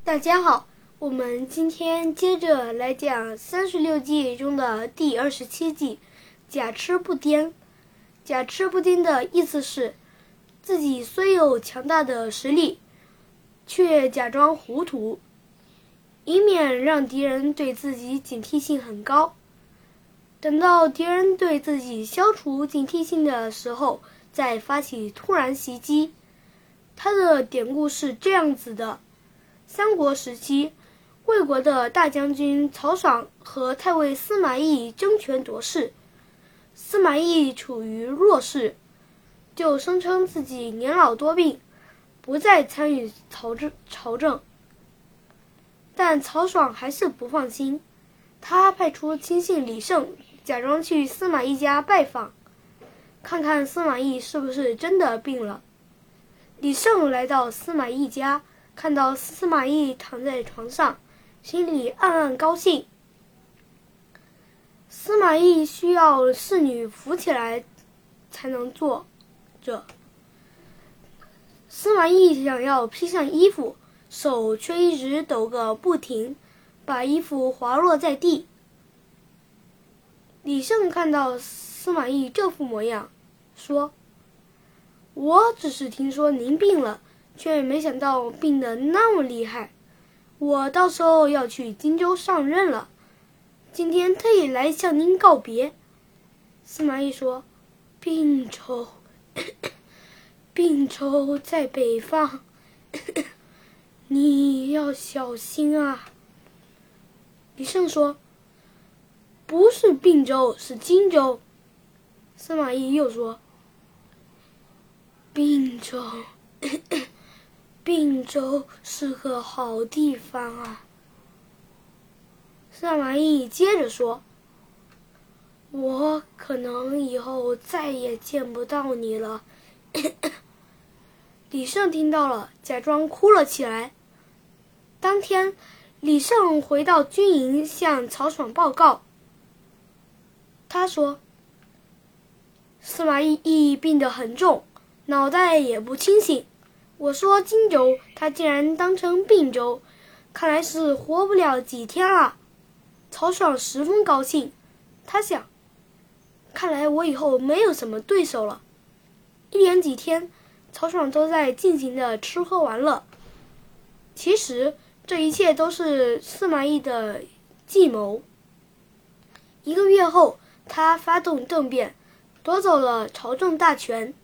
大家好，我们今天接着来讲36计中的第27计假痴不癫。假痴不癫的意思是，自己虽有强大的实力，却假装糊涂，以免让敌人对自己警惕性很高。等到敌人对自己消除警惕性的时候，再发起突然袭击。他的典故是这样子的：三国时期，魏国的大将军曹爽和太尉司马懿争权夺势，司马懿处于弱势，就声称自己年老多病，不再参与朝政。但曹爽还是不放心，他派出亲信李胜假装去司马懿家拜访，看看司马懿是不是真的病了。李胜来到司马懿家，看到司马懿躺在床上，心里暗暗高兴。司马懿需要侍女扶起来才能坐着。司马懿想要披上衣服，手却一直抖个不停，把衣服滑落在地。李胜看到司马懿这副模样，说：“我只是听说您病了，却没想到病得那么厉害。我到时候要去荆州上任了，今天特意来向您告别。”司马懿说：“并州在北方，你要小心啊。”李胜说：“不是并州，是荆州。”司马懿又说：“并州是个好地方啊。”司马懿接着说：“我可能以后再也见不到你了。”李胜听到了，假装哭了起来。当天，李胜回到军营向曹爽报告。他说：“司马懿病得很重，脑袋也不清醒。我说荆州，他竟然当成并州，看来是活不了几天了。”曹爽十分高兴，他想，看来我以后没有什么对手了。一连几天，曹爽都在尽情的吃喝玩乐。其实这一切都是司马懿的计谋。1个月后，他发动政变，夺走了朝政大权。